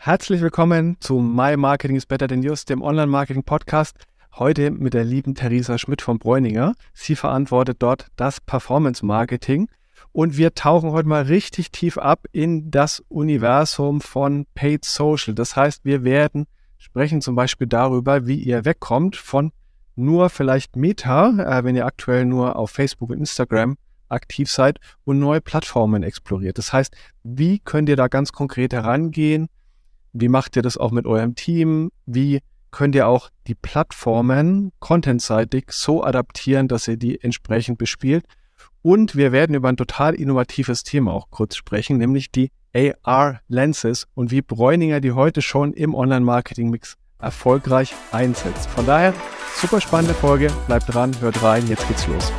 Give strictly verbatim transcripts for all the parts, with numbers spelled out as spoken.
Herzlich willkommen zu My Marketing is Better Than Yours, dem Online-Marketing-Podcast. Heute mit der lieben Theresa Schmidt von Bräuninger. Sie verantwortet dort das Performance-Marketing. Und wir tauchen heute mal richtig tief ab in das Universum von Paid Social. Das heißt, wir werden sprechen zum Beispiel darüber, wie ihr wegkommt von nur vielleicht Meta, äh, wenn ihr aktuell nur auf Facebook und Instagram aktiv seid und neue Plattformen exploriert. Das heißt, wie könnt ihr da ganz konkret herangehen? Wie macht ihr das auch mit eurem Team? Wie könnt ihr auch die Plattformen contentseitig so adaptieren, dass ihr die entsprechend bespielt? Und wir werden über ein total innovatives Thema auch kurz sprechen, nämlich die A R-Lenses und wie Bräuninger die heute schon im Online-Marketing-Mix erfolgreich einsetzt. Von daher, super spannende Folge. Bleibt dran, hört rein, jetzt geht's los.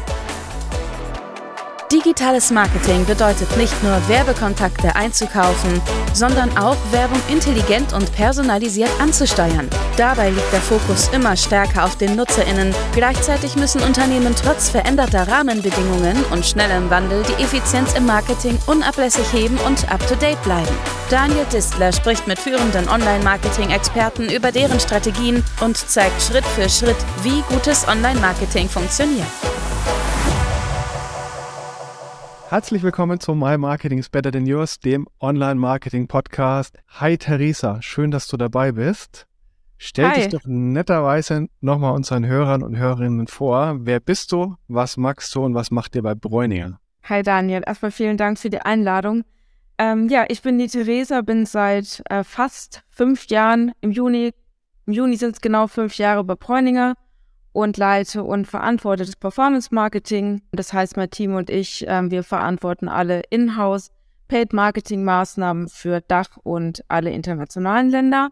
Digitales Marketing bedeutet nicht nur Werbekontakte einzukaufen, sondern auch Werbung intelligent und personalisiert anzusteuern. Dabei liegt der Fokus immer stärker auf den NutzerInnen. Gleichzeitig müssen Unternehmen trotz veränderter Rahmenbedingungen und schnellem Wandel die Effizienz im Marketing unablässig heben und up-to-date bleiben. Daniel Distler spricht mit führenden Online-Marketing-Experten über deren Strategien und zeigt Schritt für Schritt, wie gutes Online-Marketing funktioniert. Herzlich willkommen zu My Marketing is Better Than Yours, dem Online-Marketing-Podcast. Hi Theresa, schön, dass du dabei bist. Stell Hi. dich doch netterweise nochmal unseren Hörern und Hörerinnen vor. Wer bist du, was magst du und was macht ihr bei Bräuninger? Hi Daniel, erstmal vielen Dank für die Einladung. Ähm, ja, ich bin die Theresa, bin seit äh, fast fünf Jahren, im Juni, im Juni sind es genau fünf Jahre bei Bräuninger und leite und verantworte das Performance-Marketing. Das heißt, mein Team und ich, ähm, wir verantworten alle In-house Paid-Marketing-Maßnahmen für Dach und alle internationalen Länder.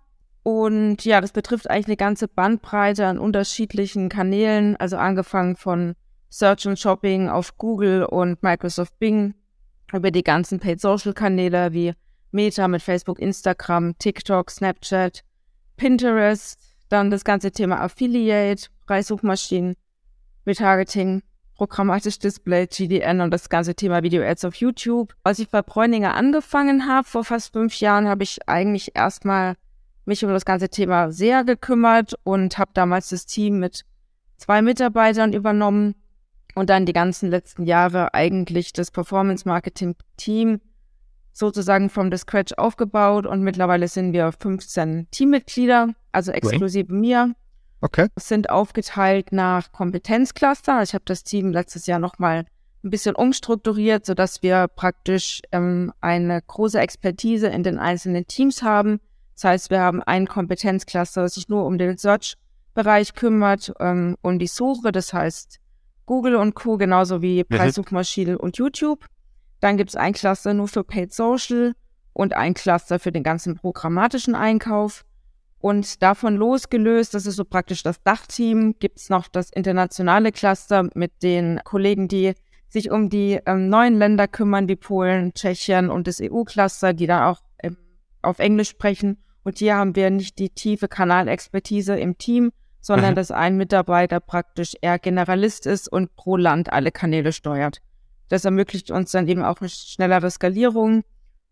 Und ja, das betrifft eigentlich eine ganze Bandbreite an unterschiedlichen Kanälen, also angefangen von Search und Shopping auf Google und Microsoft Bing, über die ganzen Paid-Social-Kanäle wie Meta mit Facebook, Instagram, TikTok, Snapchat, Pinterest, dann das ganze Thema Affiliate, Preissuchmaschinen, Retargeting, programmatisch Display, G D N und das ganze Thema Video Ads auf YouTube. Als ich bei Bräuninger angefangen habe, vor fast fünf Jahren, habe ich eigentlich erstmal mich um das ganze Thema S E A gekümmert und habe damals das Team mit zwei Mitarbeitern übernommen und dann die ganzen letzten Jahre eigentlich das Performance-Marketing-Team sozusagen from the scratch aufgebaut und mittlerweile sind wir fünfzehn Teammitglieder, also exklusive mir. Okay. Sind aufgeteilt nach Kompetenzcluster. Ich habe das Team letztes Jahr nochmal ein bisschen umstrukturiert, sodass wir praktisch ähm, eine große Expertise in den einzelnen Teams haben. Das heißt, wir haben ein Kompetenzcluster, das sich nur um den Search-Bereich kümmert, ähm, um die Suche, das heißt Google und Co., genauso wie Preissuchmaschine und YouTube. Dann gibt es ein Cluster nur für Paid Social und ein Cluster für den ganzen programmatischen Einkauf. Und davon losgelöst, das ist so praktisch das Dachteam, gibt es noch das internationale Cluster mit den Kollegen, die sich um die ähm, neuen Länder kümmern, wie Polen, Tschechien und das E U-Cluster, die dann auch ähm, auf Englisch sprechen. Und hier haben wir nicht die tiefe Kanalexpertise im Team, sondern Mhm. dass ein Mitarbeiter praktisch eher Generalist ist und pro Land alle Kanäle steuert. Das ermöglicht uns dann eben auch eine schnellere Skalierung.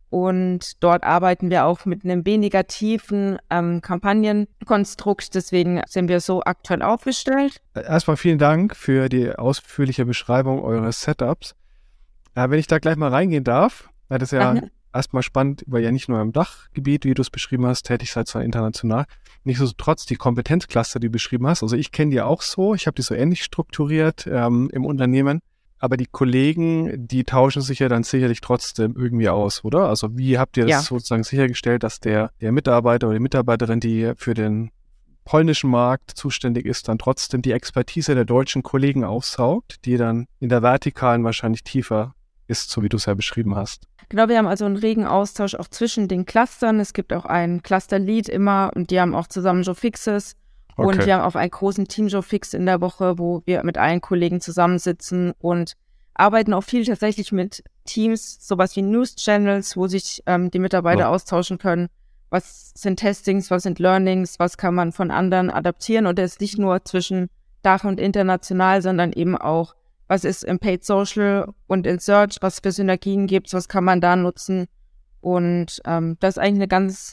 Und dort arbeiten wir auch mit einem weniger tiefen ähm, Kampagnenkonstrukt. Deswegen sind wir so aktuell aufgestellt. Erstmal vielen Dank für die ausführliche Beschreibung eures Setups. Äh, wenn ich da gleich mal reingehen darf, weil das ja Mhm. erstmal spannend, weil ja nicht nur im Dachgebiet, wie du es beschrieben hast, tätig seid, sondern international. Nichtsdestotrotz die Kompetenzcluster, die du beschrieben hast. Also ich kenne die auch so, ich habe die so ähnlich strukturiert ähm, im Unternehmen. Aber die Kollegen, die tauschen sich ja dann sicherlich trotzdem irgendwie aus, oder? Also wie habt ihr das Ja. sozusagen sichergestellt, dass der, der Mitarbeiter oder die Mitarbeiterin, die für den polnischen Markt zuständig ist, dann trotzdem die Expertise der deutschen Kollegen aufsaugt, die dann in der Vertikalen wahrscheinlich tiefer ist, so wie du es ja beschrieben hast? Genau, wir haben also einen regen Austausch auch zwischen den Clustern. Es gibt auch einen Cluster-Lead immer und die haben auch zusammen Joe Fixes. Und Okay. wir haben auch einen großen Team Joe Fix in der Woche, wo wir mit allen Kollegen zusammensitzen und arbeiten auch viel tatsächlich mit Teams, sowas wie News-Channels, wo sich ähm, die Mitarbeiter Ja. austauschen können. Was sind Testings, was sind Learnings, was kann man von anderen adaptieren? Und das ist nicht nur zwischen Dach und international, sondern eben auch, was ist im Paid Social und in Search, was für Synergien gibt, was kann man da nutzen. Und ähm, das ist eigentlich eine ganz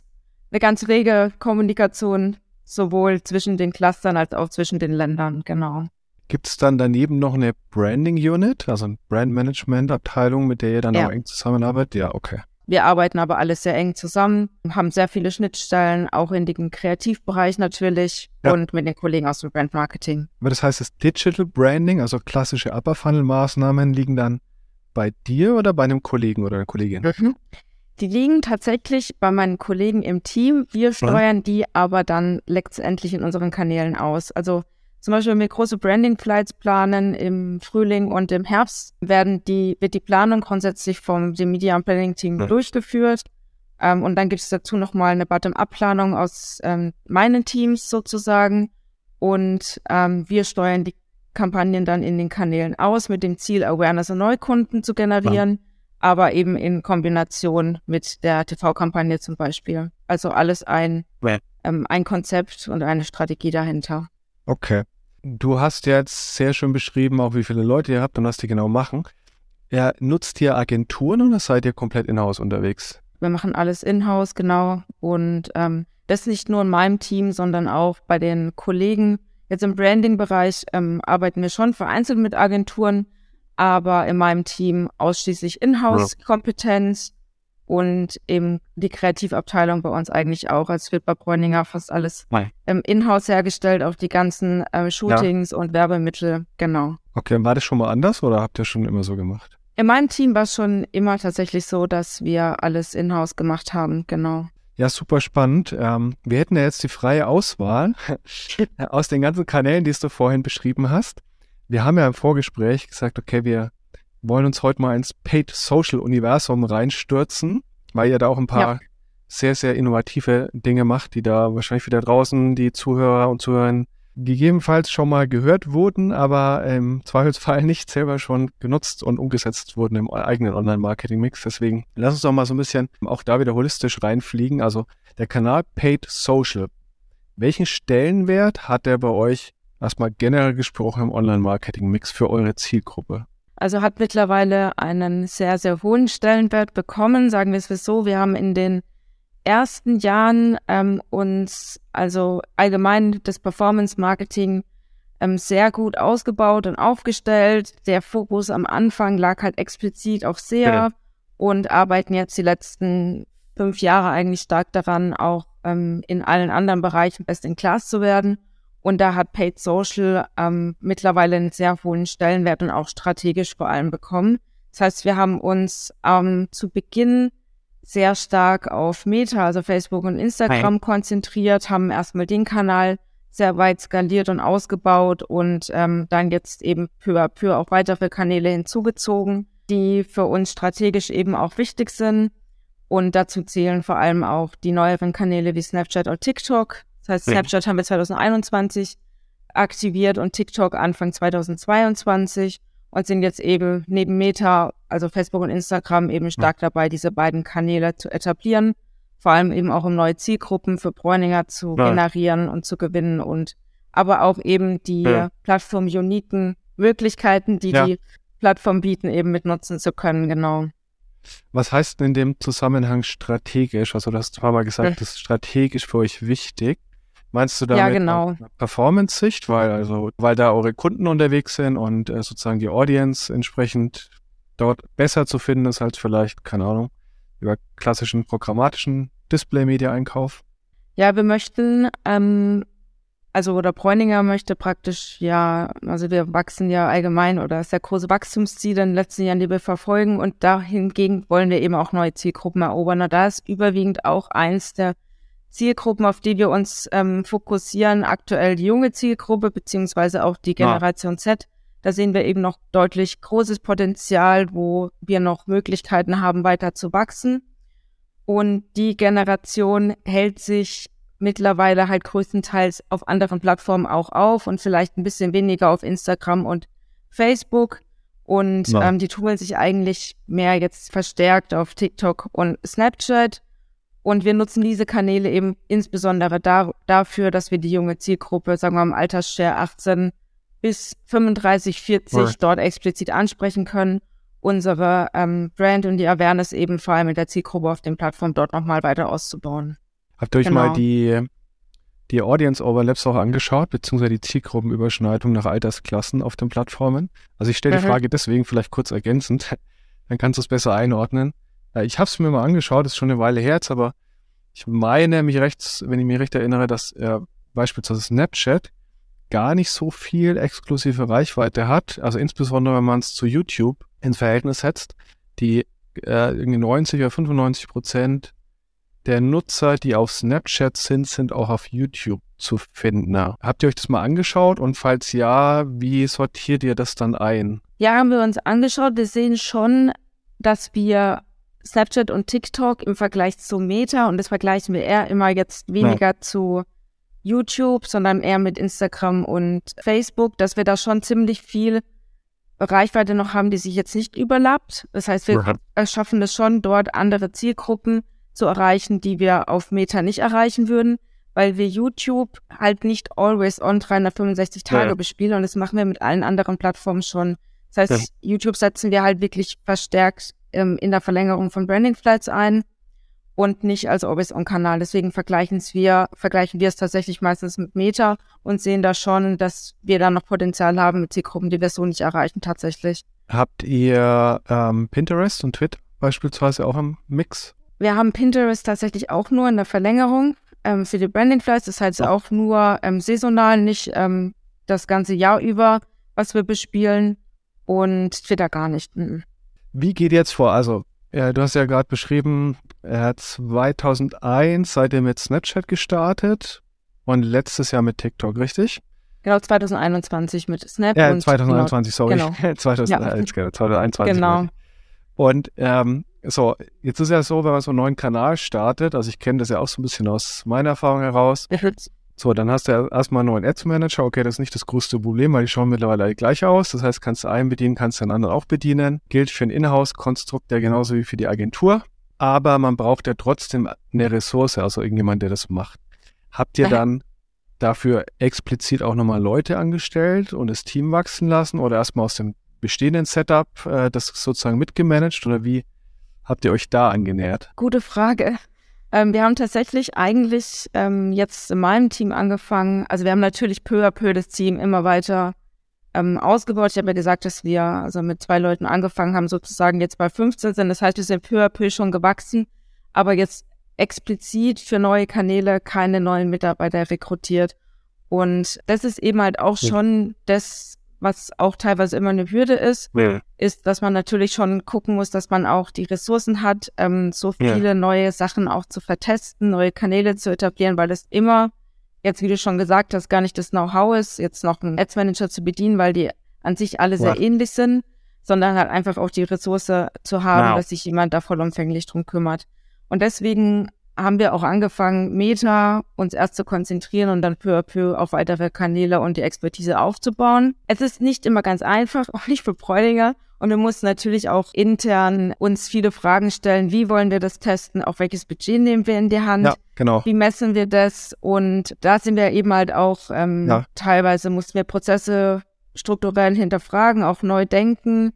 eine ganz rege Kommunikation, sowohl zwischen den Clustern als auch zwischen den Ländern, genau. Gibt es dann daneben noch eine Branding Unit, also eine Brand-Management-Abteilung, mit der ihr dann Ja. auch eng zusammenarbeitet? Ja, okay. Wir arbeiten aber alles sehr eng zusammen, haben sehr viele Schnittstellen, auch in den Kreativbereich natürlich Ja. und mit den Kollegen aus dem Brand-Marketing. Aber das heißt, das Digital Branding, also klassische Upper-Funnel-Maßnahmen, liegen dann bei dir oder bei einem Kollegen oder einer Kollegin? Mhm. Die liegen tatsächlich bei meinen Kollegen im Team. Wir steuern die aber dann letztendlich in unseren Kanälen aus. Also zum Beispiel, wenn wir große Branding-Flights planen im Frühling und im Herbst, werden die, wird die Planung grundsätzlich vom dem Media und Planning-Team Ja. durchgeführt. Ähm, und dann gibt es dazu nochmal eine Bottom-up-Planung aus ähm, meinen Teams sozusagen. Und ähm, wir steuern die Kampagnen dann in den Kanälen aus mit dem Ziel, Awareness und Neukunden zu generieren, aber eben in Kombination mit der T V-Kampagne zum Beispiel. Also alles ein, Ja. ähm, ein Konzept und eine Strategie dahinter. Okay. Du hast jetzt sehr schön beschrieben, auch wie viele Leute ihr habt und was die genau machen. Ja, nutzt ihr Agenturen oder seid ihr komplett in-house unterwegs? Wir machen alles in-house, genau. Und ähm, das nicht nur in meinem Team, sondern auch bei den Kollegen. Jetzt im Branding-Bereich ähm, arbeiten wir schon vereinzelt mit Agenturen, aber in meinem Team ausschließlich In-house-Kompetenz und eben die Kreativabteilung bei uns eigentlich auch. Also wird bei Bräuninger fast alles Nein. ähm, in-house hergestellt, auch die ganzen äh, Shootings und Werbemittel, genau. Okay, war das schon mal anders oder habt ihr schon immer so gemacht? In meinem Team war es schon immer tatsächlich so, dass wir alles in-house gemacht haben, genau. Ja, super spannend. Ähm, wir hätten ja jetzt die freie Auswahl aus den ganzen Kanälen, die du vorhin beschrieben hast. Wir haben ja im Vorgespräch gesagt, okay, wir wollen uns heute mal ins Paid-Social-Universum reinstürzen, weil ihr da auch ein paar Ja. sehr, sehr innovative Dinge macht, die da wahrscheinlich wieder draußen die Zuhörer und Zuhörerinnen gegebenenfalls schon mal gehört wurden, aber im Zweifelsfall nicht selber schon genutzt und umgesetzt wurden im eigenen Online-Marketing-Mix. Deswegen lass uns doch mal so ein bisschen auch da wieder holistisch reinfliegen. Also der Kanal Paid Social. Welchen Stellenwert hat der bei euch erstmal generell gesprochen im Online-Marketing-Mix für eure Zielgruppe? Also hat mittlerweile einen sehr, sehr hohen Stellenwert bekommen, sagen wir es so. Wir haben in den ersten Jahren ähm, uns also allgemein das Performance-Marketing ähm, sehr gut ausgebaut und aufgestellt. Der Fokus am Anfang lag halt explizit auf S E A Bitte. und arbeiten jetzt die letzten fünf Jahre eigentlich stark daran, auch ähm, in allen anderen Bereichen best in class zu werden. Und da hat Paid Social ähm, mittlerweile einen sehr hohen Stellenwert und auch strategisch vor allem bekommen. Das heißt, wir haben uns ähm, zu Beginn sehr stark auf Meta, also Facebook und Instagram konzentriert, haben erstmal den Kanal sehr weit skaliert und ausgebaut und ähm, dann jetzt eben peu à peu auch weitere Kanäle hinzugezogen, die für uns strategisch eben auch wichtig sind. Und dazu zählen vor allem auch die neueren Kanäle wie Snapchat und TikTok. Das heißt, Snapchat haben wir zwanzig einundzwanzig aktiviert und TikTok Anfang zwanzig zweiundzwanzig und sind jetzt eben neben Meta, also Facebook und Instagram, eben stark dabei, diese beiden Kanäle zu etablieren. Vor allem eben auch um neue Zielgruppen für Bräuninger zu Ja. generieren und zu gewinnen und aber auch eben die Ja. plattform-uniken Möglichkeiten, die Ja. die Plattform bieten, eben mit nutzen zu können, genau. Was heißt denn in dem Zusammenhang strategisch? Also du hast ein paar Mal gesagt, Hm. das ist strategisch für euch wichtig. Meinst du damit Ja, genau. aus einer Performance-Sicht, weil also weil da eure Kunden unterwegs sind und äh, sozusagen die Audience entsprechend dort besser zu finden ist als vielleicht, keine Ahnung, über klassischen programmatischen Display-Media-Einkauf? Ja, wir möchten, ähm, also oder Bräuninger möchte praktisch, ja, also wir wachsen ja allgemein oder sehr große Wachstumsziele in den letzten Jahren, die wir verfolgen und dahingegen wollen wir eben auch neue Zielgruppen erobern. Und da ist überwiegend auch eins der Zielgruppen, auf die wir uns ähm, fokussieren, aktuell die junge Zielgruppe, beziehungsweise auch die Generation Z. Da sehen wir eben noch deutlich großes Potenzial, wo wir noch Möglichkeiten haben, weiter zu wachsen. Und die Generation hält sich mittlerweile halt größtenteils auf anderen Plattformen auch auf und vielleicht ein bisschen weniger auf Instagram und Facebook. Und Ja. ähm, die tummeln sich eigentlich mehr jetzt verstärkt auf TikTok und Snapchat. Und wir nutzen diese Kanäle eben insbesondere da, dafür, dass wir die junge Zielgruppe, sagen wir mal im Altersshare achtzehn bis fünfunddreißig, vierzig Ja. dort explizit ansprechen können. Unsere ähm, Brand und die Awareness eben vor allem mit der Zielgruppe auf den Plattformen dort nochmal weiter auszubauen. Habt ihr euch Genau. mal die, die Audience Overlaps auch angeschaut, beziehungsweise die Zielgruppenüberschneidung nach Altersklassen auf den Plattformen? Also ich stelle die Mhm. Frage deswegen vielleicht kurz ergänzend, dann kannst du es besser einordnen. Ja, ich habe es mir mal angeschaut, ist schon eine Weile her jetzt, aber ich meine mich recht, wenn ich mich recht erinnere, dass äh, beispielsweise Snapchat gar nicht so viel exklusive Reichweite hat, also insbesondere wenn man es zu YouTube ins Verhältnis setzt, die äh, irgendwie neunzig oder fünfundneunzig Prozent der Nutzer, die auf Snapchat sind, sind auch auf YouTube zu finden. Habt ihr euch das mal angeschaut und falls ja, wie sortiert ihr das dann ein? Ja, haben wir uns angeschaut. Wir sehen schon, dass wir Snapchat und TikTok im Vergleich zu Meta, und das vergleichen wir eher immer jetzt weniger ja. zu YouTube, sondern eher mit Instagram und Facebook, dass wir da schon ziemlich viel Reichweite noch haben, die sich jetzt nicht überlappt. Das heißt, wir ja. schaffen es schon, dort andere Zielgruppen zu erreichen, die wir auf Meta nicht erreichen würden, weil wir YouTube halt nicht always on dreihundertfünfundsechzig Tage ja. bespielen, und das machen wir mit allen anderen Plattformen schon. Das heißt, ja. YouTube setzen wir halt wirklich verstärkt ähm, in der Verlängerung von Branding Flights ein und nicht als Always-on-Kanal. Deswegen vergleichen wir, vergleichen wir es tatsächlich meistens mit Meta und sehen da schon, dass wir da noch Potenzial haben mit Zielgruppen, die wir so nicht erreichen tatsächlich. Habt ihr ähm, Pinterest und Twitter beispielsweise auch im Mix? Wir haben Pinterest tatsächlich auch nur in der Verlängerung ähm, für die Branding Flights. Das heißt oh. auch nur ähm, saisonal, nicht ähm, das ganze Jahr über, was wir bespielen, und Twitter gar nicht. Mhm. Wie geht ihr jetzt vor? Also äh, du hast ja gerade beschrieben, äh, zweitausendeins seid ihr mit Snapchat gestartet und letztes Jahr mit TikTok, richtig? Genau, zweitausendeinundzwanzig mit Snap. Ja, und zweitausendeinundzwanzig, sorry. Genau. zweitausendeins, ja. zweitausendeinundzwanzig. Genau. Und ähm, so, jetzt ist ja so, wenn man so einen neuen Kanal startet, also ich kenne das ja auch so ein bisschen aus meiner Erfahrung heraus. So, dann hast du ja erstmal einen neuen Ads-Manager. Okay, das ist nicht das größte Problem, weil die schauen mittlerweile alle gleich aus. Das heißt, kannst du einen bedienen, kannst du den anderen auch bedienen. Gilt für ein Inhouse-Konstrukt ja genauso wie für die Agentur. Aber man braucht ja trotzdem eine Ressource, also irgendjemand, der das macht. Habt ihr dann dafür explizit auch nochmal Leute angestellt und das Team wachsen lassen oder erstmal aus dem bestehenden Setup äh, das sozusagen mitgemanagt, oder wie habt ihr euch da angenähert? Gute Frage. Ähm, wir haben tatsächlich eigentlich ähm, jetzt in meinem Team angefangen, also wir haben natürlich peu à peu das Team immer weiter ähm, ausgebaut. Ich habe ja gesagt, dass wir also mit zwei Leuten angefangen haben, sozusagen jetzt bei fünfzehn sind. Das heißt, wir sind peu à peu schon gewachsen, aber jetzt explizit für neue Kanäle keine neuen Mitarbeiter rekrutiert. Und das ist eben halt auch schon das, was auch teilweise immer eine Hürde ist, ja. ist, dass man natürlich schon gucken muss, dass man auch die Ressourcen hat, ähm, so viele ja. neue Sachen auch zu vertesten, neue Kanäle zu etablieren, weil es immer, jetzt wie du schon gesagt hast, gar nicht das Know-how ist, jetzt noch einen Ads-Manager zu bedienen, weil die an sich alle sehr ja. ähnlich sind, sondern halt einfach auch die Ressource zu haben, wow. dass sich jemand da vollumfänglich drum kümmert. Und deswegen haben wir auch angefangen, Meta uns erst zu konzentrieren und dann peu à peu auf weitere Kanäle und die Expertise aufzubauen. Es ist nicht immer ganz einfach, auch nicht für Bräuninger. Und wir mussten natürlich auch intern uns viele Fragen stellen. Wie wollen wir das testen? Auch welches Budget nehmen wir in die Hand? Ja, genau. Wie messen wir das? Und da sind wir eben halt auch, ähm, ja. teilweise mussten wir Prozesse strukturell hinterfragen, auch neu denken.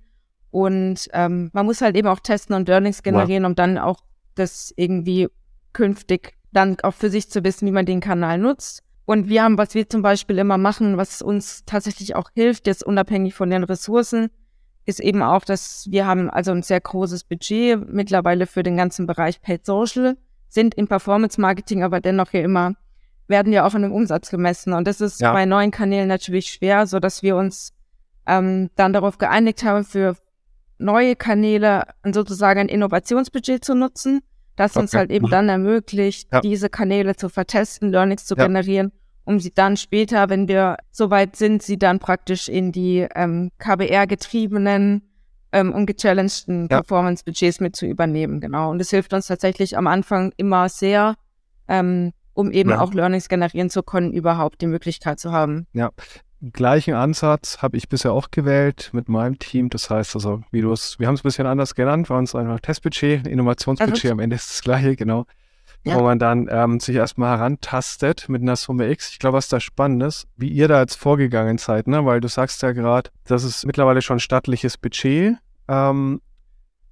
Und ähm, man muss halt eben auch testen und Learnings generieren, wow. um dann auch das irgendwie künftig dann auch für sich zu wissen, wie man den Kanal nutzt. Und wir haben, was wir zum Beispiel immer machen, was uns tatsächlich auch hilft, jetzt unabhängig von den Ressourcen, ist eben auch, dass wir haben also ein sehr großes Budget mittlerweile für den ganzen Bereich Paid Social, sind im Performance Marketing, aber dennoch hier immer, werden ja auch an dem Umsatz gemessen. Und das ist ja. bei neuen Kanälen natürlich schwer, so dass wir uns ähm, dann darauf geeinigt haben, für neue Kanäle sozusagen ein Innovationsbudget zu nutzen, das okay. uns halt eben dann ermöglicht, ja. diese Kanäle zu vertesten, Learnings zu ja. generieren, um sie dann später, wenn wir soweit sind, sie dann praktisch in die ähm, K B R-getriebenen ähm, und gechallengten ja. Performance-Budgets mit zu übernehmen. Genau. Und es hilft uns tatsächlich am Anfang immer sehr, ähm, um eben ja. auch Learnings generieren zu können, überhaupt die Möglichkeit zu haben. Ja. Gleichen Ansatz habe ich bisher auch gewählt mit meinem Team. Das heißt also, wie du es, wir haben es ein bisschen anders genannt, bei uns einfach Testbudget, Innovationsbudget, also, am Ende ist das gleiche, genau. Ja. Wo man dann ähm, sich erstmal herantastet mit einer Summe X. Ich glaube, was da spannend ist, wie ihr da jetzt vorgegangen seid, ne? Weil du sagst ja gerade, das ist mittlerweile schon ein stattliches Budget, ähm,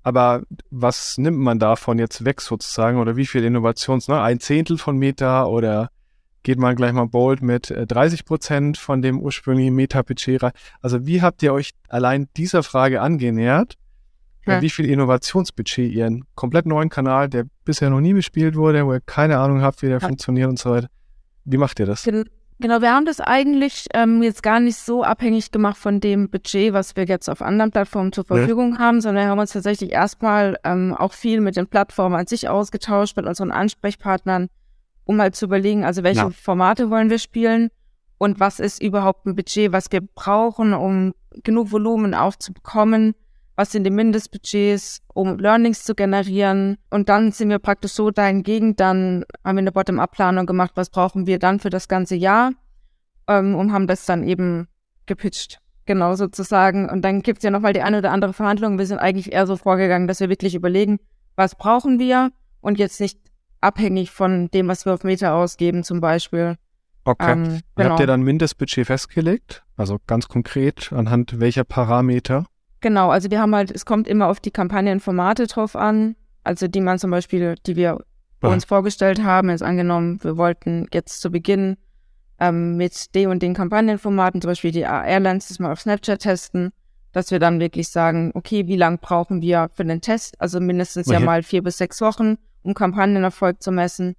Aber was nimmt man davon jetzt weg sozusagen oder wie viel Innovations, ne? Ein Zehntel von Meta oder geht man gleich mal bold mit dreißig Prozent von dem ursprünglichen Meta-Budget rein? Also wie habt ihr euch allein dieser Frage angenähert? Ja. Wie viel Innovationsbudget ihr einen komplett neuen Kanal, der bisher noch nie bespielt wurde, wo ihr keine Ahnung habt, wie der ja. funktioniert und so weiter. Wie macht ihr das? Genau, wir haben das eigentlich ähm, jetzt gar nicht so abhängig gemacht von dem Budget, was wir jetzt auf anderen Plattformen zur Verfügung ja. haben, sondern wir haben uns tatsächlich erstmal ähm, auch viel mit den Plattformen an sich ausgetauscht, mit unseren Ansprechpartnern, um halt zu überlegen, also welche ja. Formate wollen wir spielen und was ist überhaupt ein Budget, was wir brauchen, um genug Volumen aufzubekommen, was sind die Mindestbudgets, um Learnings zu generieren. Und dann sind wir praktisch so dahingegen, dann haben wir eine Bottom-up-Planung gemacht, was brauchen wir dann für das ganze Jahr ähm, und haben das dann eben gepitcht, genau sozusagen. Und dann gibt es ja nochmal die eine oder andere Verhandlung. Wir sind eigentlich eher so vorgegangen, dass wir wirklich überlegen, was brauchen wir und jetzt nicht abhängig von dem, was wir auf Meta ausgeben zum Beispiel. Okay. Ähm, genau. Habt ihr dann Mindestbudget festgelegt? Also ganz konkret, anhand welcher Parameter? Genau, also wir haben halt, es kommt immer auf die Kampagnenformate drauf an, also die man zum Beispiel, die wir ja. uns vorgestellt haben, jetzt angenommen, wir wollten jetzt zu Beginn ähm, mit den und den Kampagnenformaten, zum Beispiel die Airlines, das mal auf Snapchat testen, dass wir dann wirklich sagen, okay, wie lang brauchen wir für den Test, also mindestens okay. ja mal vier bis sechs Wochen, um Kampagnenerfolg zu messen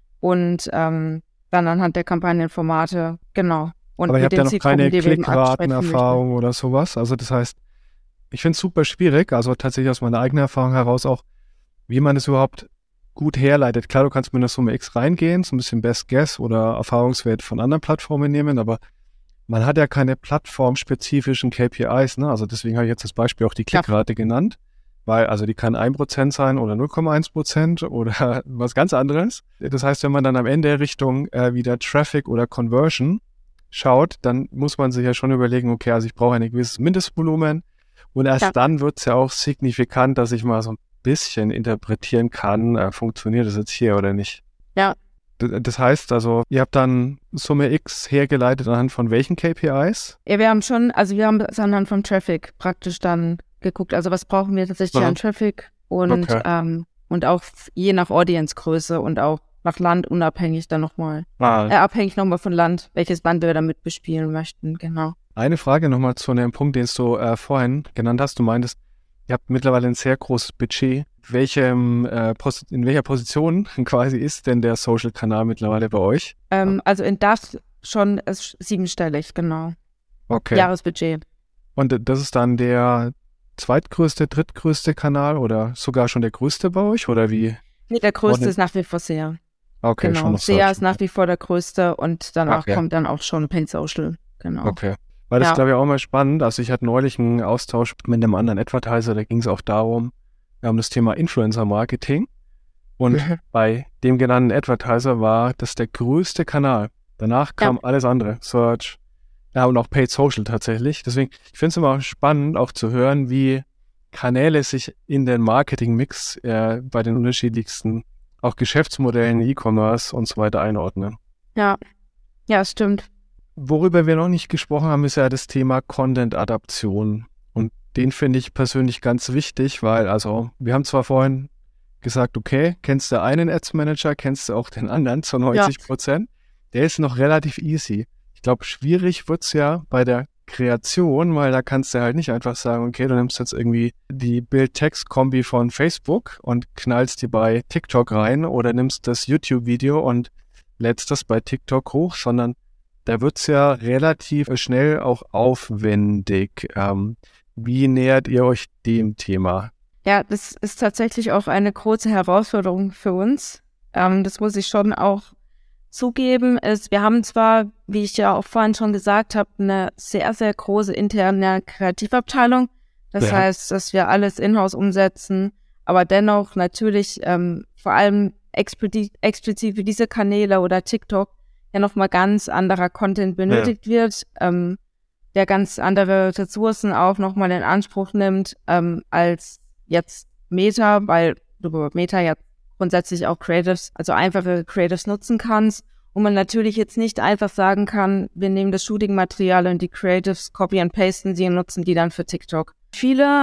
und ähm, dann anhand der Kampagnenformate, genau. Und aber ihr habt ja noch keine Klickratenerfahrung oder sowas, also das heißt, ich finde es super schwierig, also tatsächlich aus meiner eigenen Erfahrung heraus auch, wie man es überhaupt gut herleitet. Klar, du kannst mit einer Summe X reingehen, so ein bisschen Best Guess oder Erfahrungswert von anderen Plattformen nehmen, aber man hat ja keine plattformspezifischen K P Is, ne? Also deswegen habe ich jetzt das Beispiel auch die Klickrate ja. genannt, weil also die kann ein Prozent sein oder null Komma eins Prozent oder was ganz anderes. Das heißt, wenn man dann am Ende Richtung äh, wieder Traffic oder Conversion schaut, dann muss man sich ja schon überlegen, okay, also ich brauche ein gewisses Mindestvolumen. Und erst ja. dann wird es ja auch signifikant, dass ich mal so ein bisschen interpretieren kann, äh, funktioniert das jetzt hier oder nicht. Ja. D- das heißt also, ihr habt dann Summe X hergeleitet anhand von welchen K P Is? Ja, wir haben schon, also wir haben es anhand vom Traffic praktisch dann geguckt. Also was brauchen wir tatsächlich Aha. an Traffic und, okay. ähm, und auch je nach Audience-Größe und auch nach Land unabhängig dann nochmal. Ah. Äh, abhängig nochmal von Land, welches Land wir damit bespielen möchten, genau. Eine Frage nochmal zu einem Punkt, den du äh, vorhin genannt hast. Du meintest, ihr habt mittlerweile ein sehr großes Budget. Welchem, äh, Pos- in welcher Position quasi ist denn der Social-Kanal mittlerweile bei euch? Ähm, also in das schon ist siebenstellig, genau. Okay. Jahresbudget. Und das ist dann der zweitgrößte, drittgrößte Kanal oder sogar schon der größte bei euch? Oder wie? Nee, der größte Ordnet? ist nach wie vor S E A. Okay, genau. schon noch S E A ist nach wie vor der größte und danach Ach, ja. kommt dann auch schon Paid Social. Genau. Okay. Weil das ja. glaube ich auch mal spannend. Also ich hatte neulich einen Austausch mit einem anderen Advertiser, da ging es auch darum, um das Thema Influencer-Marketing. Und mhm. bei dem genannten Advertiser war das der größte Kanal. Danach kam ja. alles andere. Search, ja und auch Paid Social tatsächlich. Deswegen, ich finde es immer spannend, auch zu hören, wie Kanäle sich in den Marketing-Mix äh, bei den unterschiedlichsten, auch Geschäftsmodellen, E-Commerce und so weiter einordnen. Ja, ja, stimmt. Worüber wir noch nicht gesprochen haben, ist ja das Thema Content-Adaption. Und den finde ich persönlich ganz wichtig, weil, also, wir haben zwar vorhin gesagt, okay, kennst du einen Ads-Manager, kennst du auch den anderen zu neunzig Prozent. Ja. Der ist noch relativ easy. Ich glaube, schwierig wird es ja bei der Kreation, weil da kannst du halt nicht einfach sagen, okay, du nimmst jetzt irgendwie die Bild-Text-Kombi von Facebook und knallst die bei TikTok rein oder nimmst das YouTube-Video und lädst das bei TikTok hoch, sondern da wird es ja relativ schnell auch aufwendig. Ähm, wie nähert ihr euch dem Thema? Ja, das ist tatsächlich auch eine große Herausforderung für uns. Ähm, das muss ich schon auch zugeben. Es, wir haben zwar, wie ich ja auch vorhin schon gesagt habe, eine sehr, sehr große interne Kreativabteilung. Das ja. heißt, dass wir alles in-house umsetzen, aber dennoch natürlich ähm, vor allem explizit, explizit für diese Kanäle oder TikTok ja nochmal ganz anderer Content benötigt ja. wird, ähm, der ganz andere Ressourcen auch nochmal in Anspruch nimmt, ähm, als jetzt Meta, weil du über Meta ja grundsätzlich auch Creatives, also einfache Creatives nutzen kannst und man natürlich jetzt nicht einfach sagen kann, wir nehmen das Shooting-Material und die Creatives, copy and pasten sie und nutzen die dann für TikTok. Viele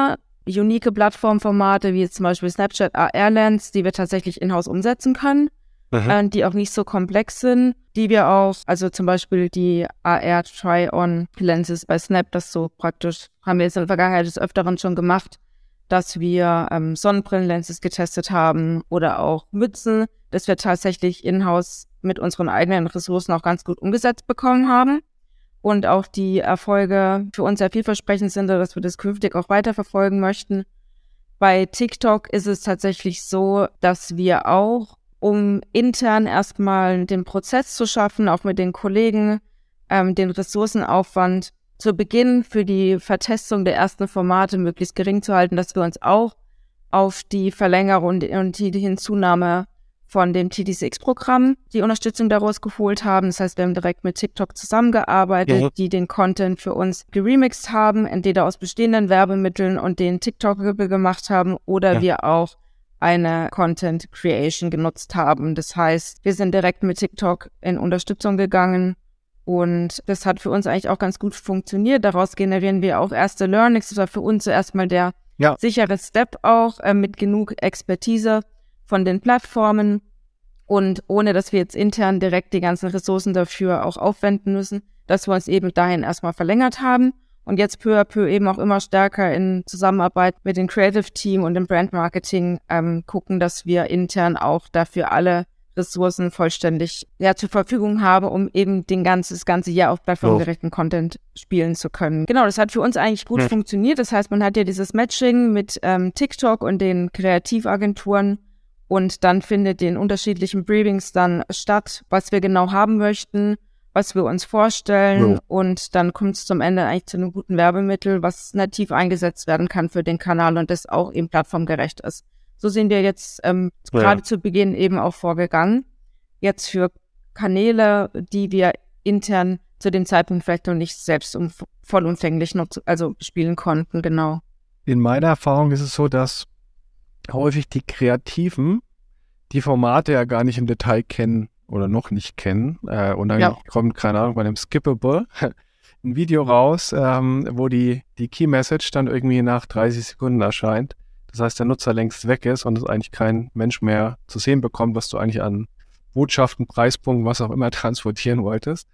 unique Plattformformate wie jetzt zum Beispiel Snapchat A R-Lens, die wir tatsächlich in-house umsetzen können, äh, die auch nicht so komplex sind, die wir auch, also zum Beispiel die A R-Try-On-Lenses bei Snap, das so praktisch, haben wir jetzt in der Vergangenheit des Öfteren schon gemacht, dass wir ähm, Sonnenbrillenlenses getestet haben oder auch Mützen, dass wir tatsächlich in-house mit unseren eigenen Ressourcen auch ganz gut umgesetzt bekommen haben. Und auch die Erfolge für uns sehr vielversprechend sind, dass wir das künftig auch weiterverfolgen möchten. Bei TikTok ist es tatsächlich so, dass wir auch, um intern erstmal den Prozess zu schaffen, auch mit den Kollegen, ähm, den Ressourcenaufwand zu Beginn für die Vertestung der ersten Formate möglichst gering zu halten, dass wir uns auch auf die Verlängerung und die Hinzunahme von dem T D C X-Programm die Unterstützung daraus geholt haben. Das heißt, wir haben direkt mit TikTok zusammengearbeitet, ja. die den Content für uns geremixed haben, entweder aus bestehenden Werbemitteln und den TikTok-Rippel gemacht haben oder ja. wir auch eine Content Creation genutzt haben. Das heißt, wir sind direkt mit TikTok in Unterstützung gegangen und das hat für uns eigentlich auch ganz gut funktioniert. Daraus generieren wir auch erste Learnings. Das war für uns zuerst mal der ja. sichere Step auch äh, mit genug Expertise von den Plattformen und ohne, dass wir jetzt intern direkt die ganzen Ressourcen dafür auch aufwenden müssen, dass wir uns eben dahin erstmal verlängert haben und jetzt peu à peu eben auch immer stärker in Zusammenarbeit mit dem Creative Team und dem Brand Marketing ähm, gucken, dass wir intern auch dafür alle Ressourcen vollständig ja, zur Verfügung haben, um eben den ganzen, das ganze Jahr auf plattformgerechten oh. Content spielen zu können. Genau, das hat für uns eigentlich gut hm. funktioniert. Das heißt, man hat ja dieses Matching mit ähm, TikTok und den Kreativagenturen. Und dann findet in unterschiedlichen Briefings dann statt, was wir genau haben möchten, was wir uns vorstellen. Ja. Und dann kommt es zum Ende eigentlich zu einem guten Werbemittel, was nativ eingesetzt werden kann für den Kanal und das auch eben plattformgerecht ist. So sind wir jetzt ähm, ja. gerade zu Beginn eben auch vorgegangen. Jetzt für Kanäle, die wir intern zu dem Zeitpunkt vielleicht noch nicht selbst um, vollumfänglich noch zu, also spielen konnten, genau. In meiner Erfahrung ist es so, dass häufig die Kreativen die Formate ja gar nicht im Detail kennen oder noch nicht kennen. Äh, und dann ja. kommt, keine Ahnung, bei dem Skippable ein Video raus, ähm, wo die, die Key Message dann irgendwie nach dreißig Sekunden erscheint. Das heißt, der Nutzer längst weg ist und es eigentlich kein Mensch mehr zu sehen bekommt, was du eigentlich an Botschaften, Preispunkten, was auch immer transportieren wolltest.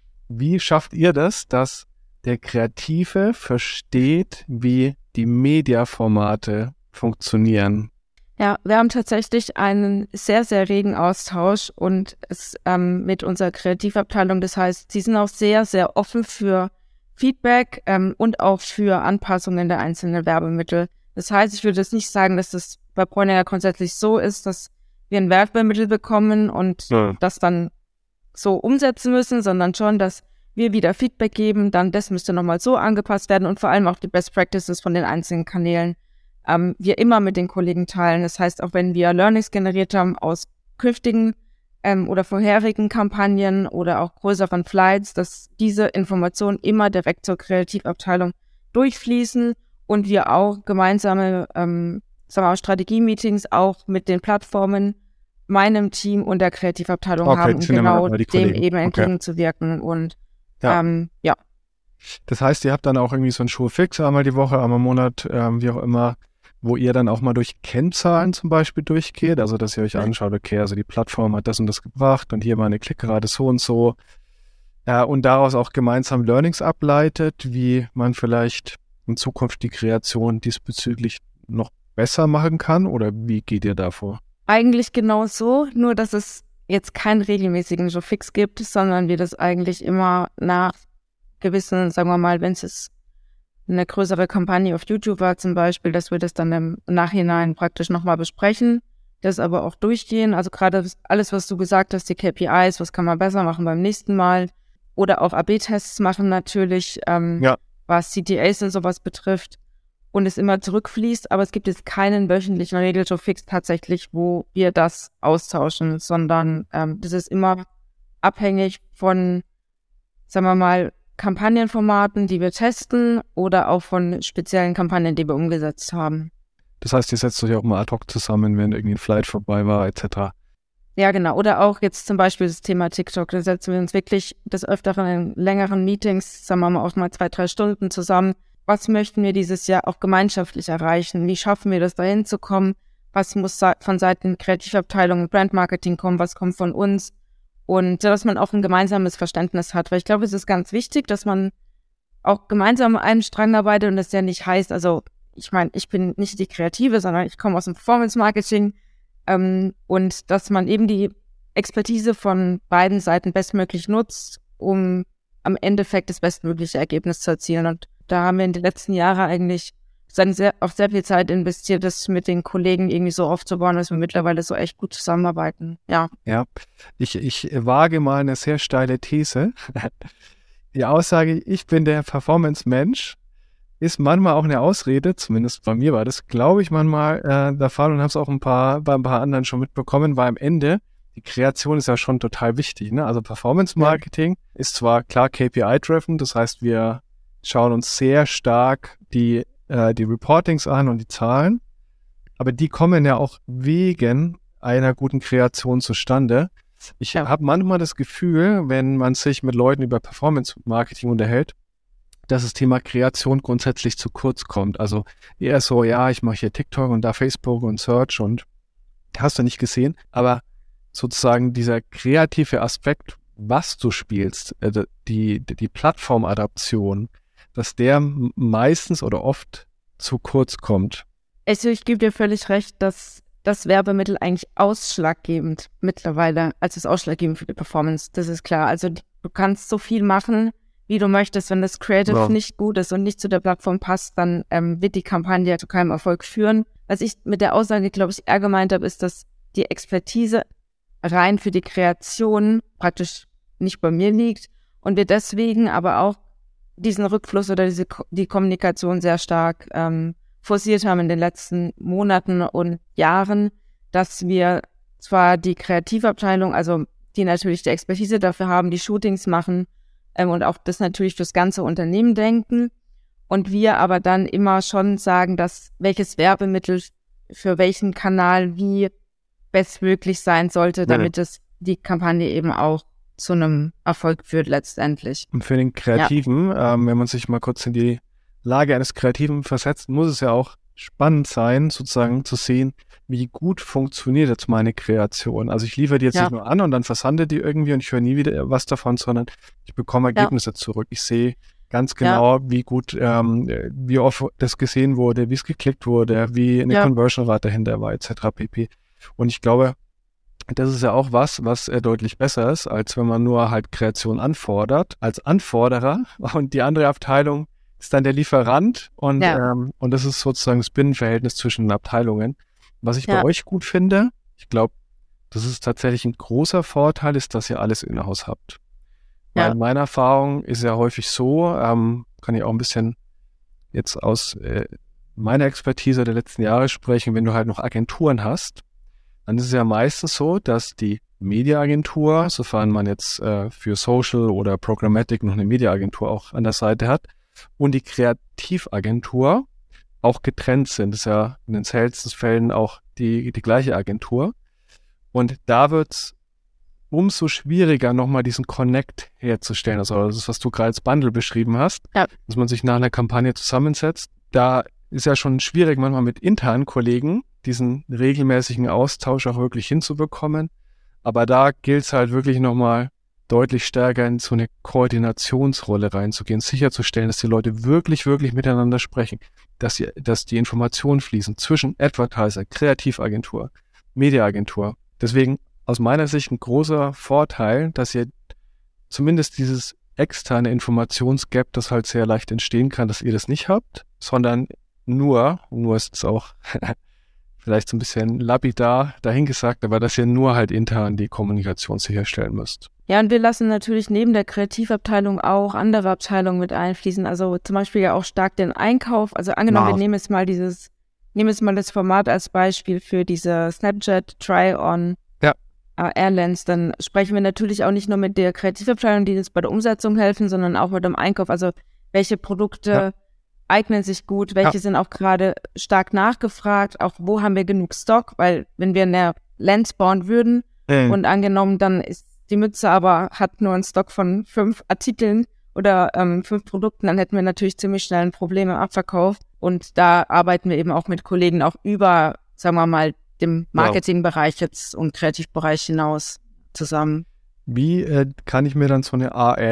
Wie schafft ihr das, dass der Kreative versteht, wie die Mediaformate funktionieren? Ja, wir haben tatsächlich einen sehr, sehr regen Austausch und es ähm, mit unserer Kreativabteilung. Das heißt, sie sind auch sehr, sehr offen für Feedback ähm, und auch für Anpassungen der einzelnen Werbemittel. Das heißt, ich würde jetzt nicht sagen, dass das bei Bräuninger grundsätzlich so ist, dass wir ein Werbemittel bekommen und ja. das dann so umsetzen müssen, sondern schon, dass wir wieder Feedback geben, dann das müsste nochmal so angepasst werden und vor allem auch die Best Practices von den einzelnen Kanälen ähm, wir immer mit den Kollegen teilen. Das heißt, auch wenn wir Learnings generiert haben aus künftigen ähm, oder vorherigen Kampagnen oder auch größeren Flights, dass diese Informationen immer direkt zur Kreativabteilung durchfließen und wir auch gemeinsame ähm, sagen wir mal, Strategie-Meetings auch mit den Plattformen, meinem Team und der Kreativabteilung okay, haben, um genau dem eben entgegenzuwirken. Okay. Und ja. Ähm, ja. Das heißt, ihr habt dann auch irgendwie so einen Showfix einmal die Woche, einmal im Monat, ähm, wie auch immer, wo ihr dann auch mal durch Kennzahlen zum Beispiel durchgeht, also dass ihr euch anschaut, okay, also die Plattform hat das und das gebracht und hier meine Klickrate so und so ja, und daraus auch gemeinsam Learnings ableitet, wie man vielleicht in Zukunft die Kreation diesbezüglich noch besser machen kann, oder wie geht ihr da vor? Eigentlich genau so, nur dass es jetzt keinen regelmäßigen Showfix gibt, sondern wir das eigentlich immer nach gewissen, sagen wir mal, wenn es eine größere Kampagne auf YouTube war zum Beispiel, dass wir das dann im Nachhinein praktisch nochmal besprechen, das aber auch durchgehen. Also gerade alles, was du gesagt hast, die K P Is, was kann man besser machen beim nächsten Mal oder auch A B Tests machen natürlich, ähm, ja. was C T As und sowas betrifft und es immer zurückfließt, aber es gibt jetzt keinen wöchentlichen Regel-Showfix tatsächlich, wo wir das austauschen, sondern ähm, das ist immer abhängig von, sagen wir mal, Kampagnenformaten, die wir testen oder auch von speziellen Kampagnen, die wir umgesetzt haben. Das heißt, ihr setzt euch auch mal ad hoc zusammen, wenn irgendwie ein Flight vorbei war, et cetera. Ja, genau. Oder auch jetzt zum Beispiel das Thema TikTok. Da setzen wir uns wirklich des Öfteren in längeren Meetings, sagen wir mal auch mal zwei, drei Stunden zusammen, was möchten wir dieses Jahr auch gemeinschaftlich erreichen? Wie schaffen wir das, da hinzukommen? Was muss von Seiten Kreativabteilung und Brandmarketing kommen? Was kommt von uns? Und dass man auch ein gemeinsames Verständnis hat. Weil ich glaube, es ist ganz wichtig, dass man auch gemeinsam an einem Strang arbeitet und das ja nicht heißt, also ich meine, ich bin nicht die Kreative, sondern ich komme aus dem Performance-Marketing ähm, und dass man eben die Expertise von beiden Seiten bestmöglich nutzt, um am Endeffekt das bestmögliche Ergebnis zu erzielen. Und da haben wir in den letzten Jahren eigentlich sehr, auch sehr viel Zeit investiert, das mit den Kollegen irgendwie so aufzubauen, dass wir mittlerweile so echt gut zusammenarbeiten. Ja, ja. Ich, ich wage mal eine sehr steile These. Die Aussage, ich bin der Performance-Mensch, ist manchmal auch eine Ausrede, zumindest bei mir war das, glaube ich, manchmal äh, der Fall und habe es auch ein paar, bei ein paar anderen schon mitbekommen, weil am Ende die Kreation ist ja schon total wichtig. Ne? Also Performance-Marketing ja. ist zwar klar K P I-driven, das heißt, wir schauen uns sehr stark die, äh, die Reportings an und die Zahlen, aber die kommen ja auch wegen einer guten Kreation zustande. Ich ja. habe manchmal das Gefühl, wenn man sich mit Leuten über Performance-Marketing unterhält, dass das Thema Kreation grundsätzlich zu kurz kommt. Also eher so, ja, ich mache hier TikTok und da Facebook und Search und hast du nicht gesehen, aber sozusagen dieser kreative Aspekt, was du spielst, äh, die, die Plattformadaption, dass der meistens oder oft zu kurz kommt. Also ich gebe dir völlig recht, dass das Werbemittel eigentlich ausschlaggebend mittlerweile, als es ausschlaggebend für die Performance, das ist klar. Also du kannst so viel machen, wie du möchtest. Wenn das Creative wow. nicht gut ist und nicht zu der Plattform passt, dann ähm, wird die Kampagne zu keinem Erfolg führen. Was ich mit der Aussage, glaube ich, eher gemeint habe, ist, dass die Expertise rein für die Kreation praktisch nicht bei mir liegt und wir deswegen aber auch diesen Rückfluss oder diese die Kommunikation sehr stark ähm, forciert haben in den letzten Monaten und Jahren, dass wir zwar die Kreativabteilung, also die natürlich die Expertise dafür haben, die Shootings machen ähm, und auch das natürlich fürs ganze Unternehmen denken und wir aber dann immer schon sagen, dass welches Werbemittel für welchen Kanal wie bestmöglich sein sollte, damit ja. es die Kampagne eben auch zu einem Erfolg führt letztendlich. Und für den Kreativen, ja. ähm, wenn man sich mal kurz in die Lage eines Kreativen versetzt, muss es ja auch spannend sein, sozusagen zu sehen, wie gut funktioniert jetzt meine Kreation. Also ich liefere die jetzt ja. nicht nur an und dann versande die irgendwie und ich höre nie wieder was davon, sondern ich bekomme Ergebnisse ja. zurück. Ich sehe ganz genau, ja. wie gut, ähm, wie oft das gesehen wurde, wie es geklickt wurde, wie eine ja. Conversion-Rate dahinter war, et cetera pp. Und ich glaube, das ist ja auch was, was äh, deutlich besser ist, als wenn man nur halt Kreation anfordert, als Anforderer und die andere Abteilung ist dann der Lieferant und, ja. ähm, und das ist sozusagen das Binnenverhältnis zwischen den Abteilungen. Was ich ja. bei euch gut finde, ich glaube, das ist tatsächlich ein großer Vorteil, ist, dass ihr alles in-house habt. Ja. Weil meine Erfahrung ist ja häufig so, ähm, kann ich auch ein bisschen jetzt aus äh, meiner Expertise der letzten Jahre sprechen, wenn du halt noch Agenturen hast, dann ist es ja meistens so, dass die Mediaagentur, sofern man jetzt äh, für Social oder Programmatic noch eine Mediaagentur auch an der Seite hat, und die Kreativagentur auch getrennt sind. Das ist ja in den seltensten Fällen auch die, die gleiche Agentur. Und da wird es umso schwieriger, nochmal diesen Connect herzustellen. Also das ist, was du gerade als Bundle beschrieben hast, ja. dass man sich nach einer Kampagne zusammensetzt. Da ist ja schon schwierig, manchmal mit internen Kollegen diesen regelmäßigen Austausch auch wirklich hinzubekommen. Aber da gilt es halt wirklich nochmal deutlich stärker in so eine Koordinationsrolle reinzugehen, sicherzustellen, dass die Leute wirklich, wirklich miteinander sprechen, dass, sie, dass die Informationen fließen zwischen Advertiser, Kreativagentur, Mediaagentur. Deswegen aus meiner Sicht ein großer Vorteil, dass ihr zumindest dieses externe Informationsgap, das halt sehr leicht entstehen kann, dass ihr das nicht habt, sondern nur, nur ist es auch vielleicht so ein bisschen lapidar dahingesagt, aber dass ihr nur halt intern die Kommunikation sicherstellen müsst. Ja, und wir lassen natürlich neben der Kreativabteilung auch andere Abteilungen mit einfließen, also zum Beispiel ja auch stark den Einkauf, also angenommen, wow. wir nehmen jetzt mal dieses, nehmen jetzt mal das Format als Beispiel für diese Snapchat Try-On ja. äh, Airlines, dann sprechen wir natürlich auch nicht nur mit der Kreativabteilung, die uns bei der Umsetzung helfen, sondern auch mit dem Einkauf, also welche Produkte ja. eignen sich gut, welche ja. sind auch gerade stark nachgefragt, auch wo haben wir genug Stock, weil wenn wir eine Lens bauen würden mhm. und angenommen, dann ist die Mütze aber hat nur einen Stock von fünf Artikeln oder ähm, fünf Produkten, dann hätten wir natürlich ziemlich schnell ein Problem im Abverkauf. Und da arbeiten wir eben auch mit Kollegen auch über, sagen wir mal, dem Marketingbereich jetzt und Kreativbereich hinaus zusammen. Wie äh, kann ich mir dann so eine A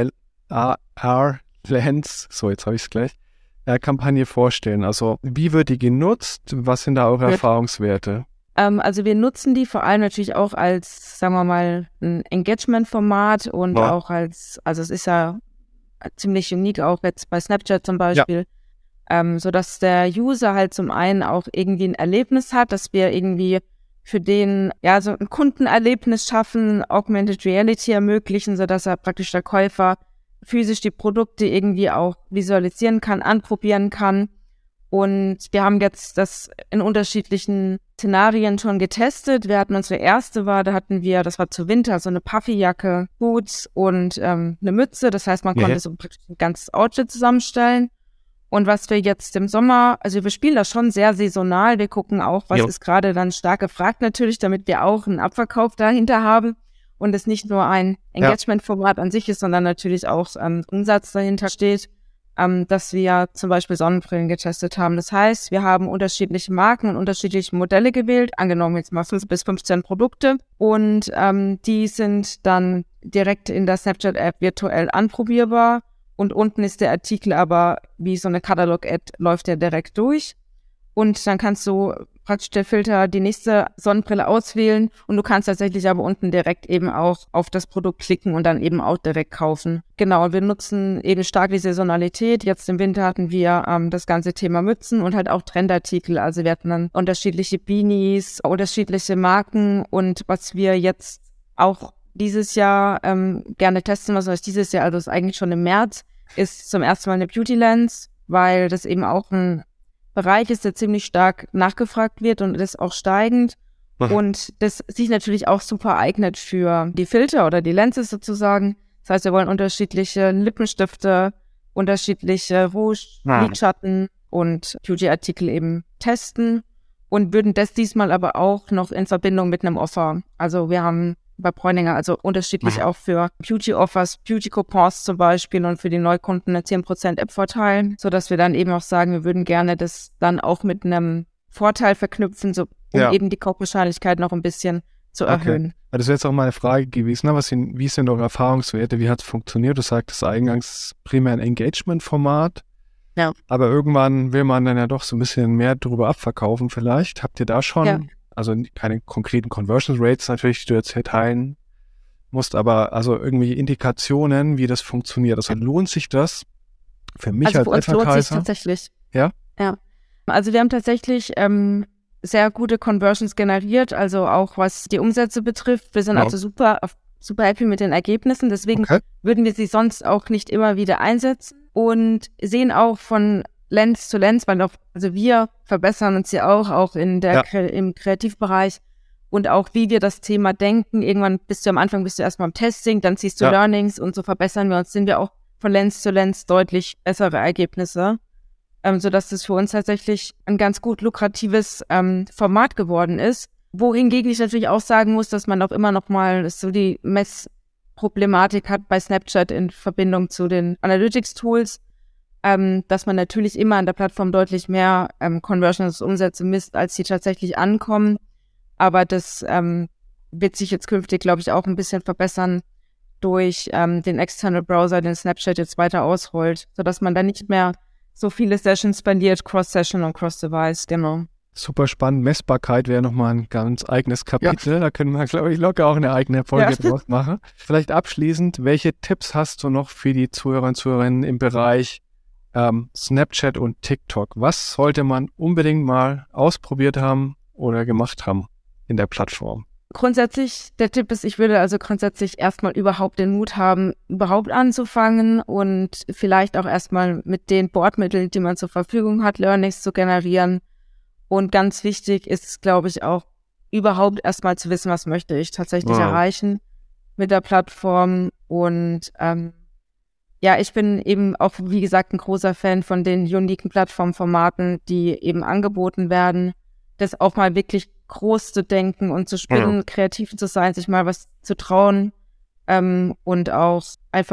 R-Lens, so jetzt habe ich es gleich, äh, Kampagne vorstellen? Also wie wird die genutzt? Was sind da eure ja. Erfahrungswerte? Ähm, also wir nutzen die vor allem natürlich auch als, sagen wir mal, ein Engagement-Format und ja. auch als, also es ist ja ziemlich unique auch jetzt bei Snapchat zum Beispiel, ja. ähm, sodass der User halt zum einen auch irgendwie ein Erlebnis hat, dass wir irgendwie für den, ja, so ein Kundenerlebnis schaffen, Augmented Reality ermöglichen, sodass er praktisch der Käufer physisch die Produkte irgendwie auch visualisieren kann, anprobieren kann. Und wir haben jetzt das in unterschiedlichen Szenarien schon getestet. Wir hatten unsere erste war, da hatten wir, das war zu Winter, so eine Puffyjacke, Boots und ähm, eine Mütze. Das heißt, man konnte yeah. so praktisch ein ganzes Outfit zusammenstellen. Und was wir jetzt im Sommer, also wir spielen das schon sehr saisonal. Wir gucken auch, was jo. ist gerade dann stark gefragt natürlich, damit wir auch einen Abverkauf dahinter haben und es nicht nur ein Engagement-Format ja. an sich ist, sondern natürlich auch ähm, Umsatz dahinter steht, ähm, dass wir zum Beispiel Sonnenbrillen getestet haben. Das heißt, wir haben unterschiedliche Marken und unterschiedliche Modelle gewählt, angenommen jetzt mal fünf bis fünfzehn Produkte und ähm, die sind dann direkt in der Snapchat-App virtuell anprobierbar. Und unten ist der Artikel aber, wie so eine Katalog-Ad, läuft der direkt durch. Und dann kannst du praktisch der Filter die nächste Sonnenbrille auswählen. Und du kannst tatsächlich aber unten direkt eben auch auf das Produkt klicken und dann eben auch direkt kaufen. Genau, und wir nutzen eben stark die Saisonalität. Jetzt im Winter hatten wir ähm, das ganze Thema Mützen und halt auch Trendartikel. Also wir hatten dann unterschiedliche Beanies, unterschiedliche Marken. Und was wir jetzt auch dieses Jahr ähm, gerne testen, was heißt dieses Jahr, also ist eigentlich schon im März, ist zum ersten Mal eine Beauty Lens, weil das eben auch ein Bereich ist, der ziemlich stark nachgefragt wird und ist auch steigend. Ach. Und das sich natürlich auch super eignet für die Filter oder die Lenses sozusagen. Das heißt, wir wollen unterschiedliche Lippenstifte, unterschiedliche Rouge, ah. Lidschatten und Beauty-Artikel eben testen und würden das diesmal aber auch noch in Verbindung mit einem Offer. Also wir haben bei Bräuninger, also unterschiedlich auch für Beauty-Offers, Beauty-Coupons zum Beispiel und für die Neukunden eine zehn Prozent App-Vorteil, sodass wir dann eben auch sagen, wir würden gerne das dann auch mit einem Vorteil verknüpfen, so, um ja. eben die Kaufwahrscheinlichkeit noch ein bisschen zu erhöhen. Okay. Das wäre jetzt auch meine Frage gewesen, was sind, wie sind eure Erfahrungswerte, wie hat es funktioniert? Du sagtest eingangs primär ein Engagement-Format, ja. aber irgendwann will man dann ja doch so ein bisschen mehr drüber abverkaufen vielleicht. Habt ihr da schon... Ja. Also keine konkreten Conversion Rates natürlich, die du jetzt hier teilen musst, aber also irgendwie Indikationen, wie das funktioniert. Also lohnt sich das für mich also als für uns Advertiser? Lohnt sich tatsächlich. Ja? Ja. Also wir haben tatsächlich ähm, sehr gute Conversions generiert, also auch was die Umsätze betrifft. Wir sind ja. also super, super happy mit den Ergebnissen, deswegen okay. würden wir sie sonst auch nicht immer wieder einsetzen und sehen auch von Lens zu Lens, weil auch, also wir verbessern uns ja auch, auch in der, ja. im Kreativbereich und auch wie wir das Thema denken. Irgendwann bist du am Anfang, bist du erstmal im Testing, dann ziehst du ja. Learnings und so verbessern wir uns, sind wir auch von Lens zu Lens deutlich bessere Ergebnisse, ähm, sodass das für uns tatsächlich ein ganz gut lukratives ähm, Format geworden ist. Wohingegen ich natürlich auch sagen muss, dass man auch immer noch mal so die Messproblematik hat bei Snapchat in Verbindung zu den Analytics-Tools, Ähm, dass man natürlich immer an der Plattform deutlich mehr ähm, Conversions-Umsätze misst, als die tatsächlich ankommen. Aber das ähm, wird sich jetzt künftig, glaube ich, auch ein bisschen verbessern durch ähm, den External Browser, den Snapchat jetzt weiter ausrollt, sodass man dann nicht mehr so viele Sessions spendiert, Cross-Session und Cross-Device, genau. Super spannend. Messbarkeit wäre nochmal ein ganz eigenes Kapitel. Ja. Da können wir, glaube ich, locker auch eine eigene Folge ja. draus machen. Vielleicht abschließend, welche Tipps hast du noch für die Zuhörer und Zuhörerinnen im Bereich Ähm, Snapchat und TikTok? Was sollte man unbedingt mal ausprobiert haben oder gemacht haben in der Plattform? Grundsätzlich, der Tipp ist, ich würde also grundsätzlich erstmal überhaupt den Mut haben, überhaupt anzufangen und vielleicht auch erstmal mit den Bordmitteln, die man zur Verfügung hat, Learnings zu generieren. Und ganz wichtig ist es, glaube ich, auch überhaupt erstmal zu wissen, was möchte ich tatsächlich wow. erreichen mit der Plattform. Und ähm, ja, ich bin eben auch, wie gesagt, ein großer Fan von den uniken Plattformformaten, die eben angeboten werden. Das auch mal wirklich groß zu denken und zu spinnen, ja. kreativ zu sein, sich mal was zu trauen ähm, und auch einfach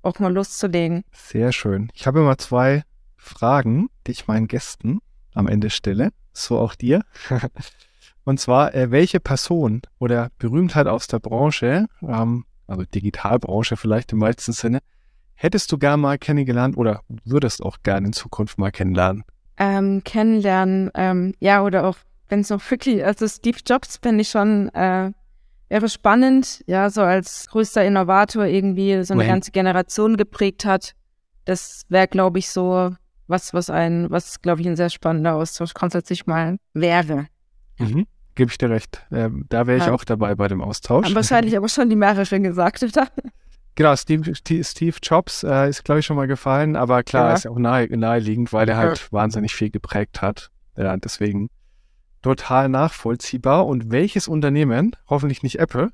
auch mal loszulegen. Sehr schön. Ich habe immer zwei Fragen, die ich meinen Gästen am Ende stelle, so auch dir. Und zwar, äh, welche Person oder Berühmtheit aus der Branche, ähm, also Digitalbranche vielleicht im weitesten Sinne, hättest du gern mal kennengelernt oder würdest auch gerne in Zukunft mal kennenlernen? Ähm, kennenlernen, ähm, ja, oder auch, wenn es noch wirklich, also Steve Jobs finde ich schon, äh, wäre spannend, ja, so als größter Innovator irgendwie so eine Wohin? ganze Generation geprägt hat. Das wäre, glaube ich, so was, was ein, was, glaube ich, ein sehr spannender Austausch grundsätzlich mal wäre. Mhm. Gebe ich dir recht. Ähm, da wäre ich Ja. auch dabei bei dem Austausch. Haben wahrscheinlich aber schon die mehreren gesagt, oder? Genau, Steve, Steve Jobs äh, ist, glaube ich, schon mal gefallen, aber klar, Ja. ist ja auch nahe, naheliegend, weil er halt Ja. wahnsinnig viel geprägt hat. Ja, deswegen total nachvollziehbar. Und welches Unternehmen, hoffentlich nicht Apple,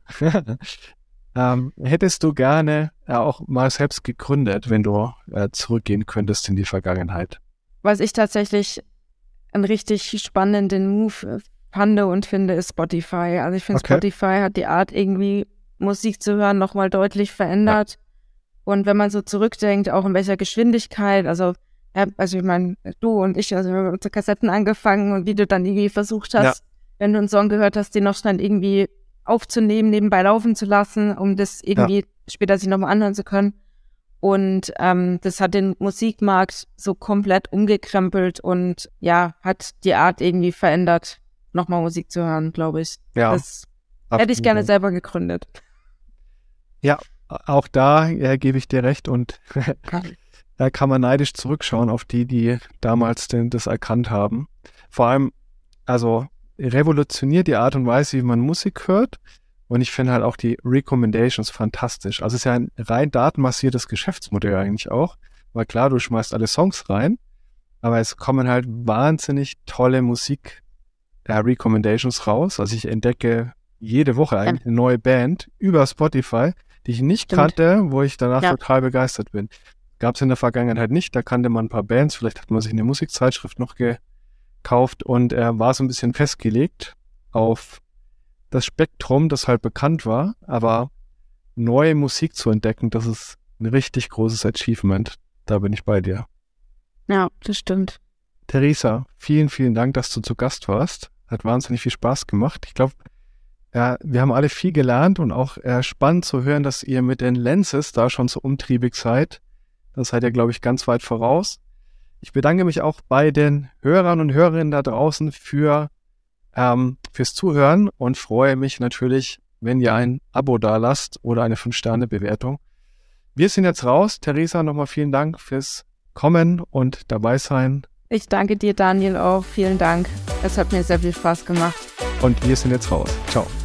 ähm, hättest du gerne äh, auch mal selbst gegründet, wenn du äh, zurückgehen könntest in die Vergangenheit? Was ich tatsächlich einen richtig spannenden Move fand und finde, ist Spotify. Also ich finde, Okay. Spotify hat die Art, irgendwie Musik zu hören, nochmal deutlich verändert. Und wenn man so zurückdenkt, auch in welcher Geschwindigkeit, also, ja, also ich meine, du und ich, also wir haben mit Kassetten angefangen und wie du dann irgendwie versucht hast, Ja. wenn du einen Song gehört hast, den noch schnell irgendwie aufzunehmen, nebenbei laufen zu lassen, um das irgendwie später sich nochmal anhören zu können. Und ähm, das hat den Musikmarkt so komplett umgekrempelt und ja, hat die Art irgendwie verändert, nochmal Musik zu hören, glaube ich. Ja, Das hätte ich gerne absolut. selber gegründet. Ja, auch da äh, gebe ich dir recht und da kann man neidisch zurückschauen auf die, die damals den, das erkannt haben. Vor allem, also revolutioniert die Art und Weise, wie man Musik hört. Und ich finde halt auch die Recommendations fantastisch. Also es ist ja ein rein datenbasiertes Geschäftsmodell eigentlich auch. Weil klar, du schmeißt alle Songs rein, aber es kommen halt wahnsinnig tolle Musik-Recommendations raus. Also ich entdecke jede Woche eigentlich eine neue Band über Spotify, die ich nicht Stimmt. kannte, wo ich danach Ja. total begeistert bin. Gab es in der Vergangenheit nicht. Da kannte man ein paar Bands, vielleicht hat man sich eine Musikzeitschrift noch gekauft und er war so ein bisschen festgelegt auf das Spektrum, das halt bekannt war, aber neue Musik zu entdecken, das ist ein richtig großes Achievement. Da bin ich bei dir. Ja, das stimmt. Theresa, vielen, vielen Dank, dass du zu Gast warst. Hat wahnsinnig viel Spaß gemacht. Ich glaube, ja, wir haben alle viel gelernt und auch äh, spannend zu hören, dass ihr mit den Lenses da schon so umtriebig seid. Das seid ihr, glaube ich, ganz weit voraus. Ich bedanke mich auch bei den Hörern und Hörerinnen da draußen für, ähm, fürs Zuhören und freue mich natürlich, wenn ihr ein Abo dalasst oder eine fünf Sterne Bewertung. Wir sind jetzt raus. Theresa, nochmal vielen Dank fürs Kommen und dabei sein. Ich danke dir, Daniel, auch. Vielen Dank. Es hat mir sehr viel Spaß gemacht. Und wir sind jetzt raus. Ciao.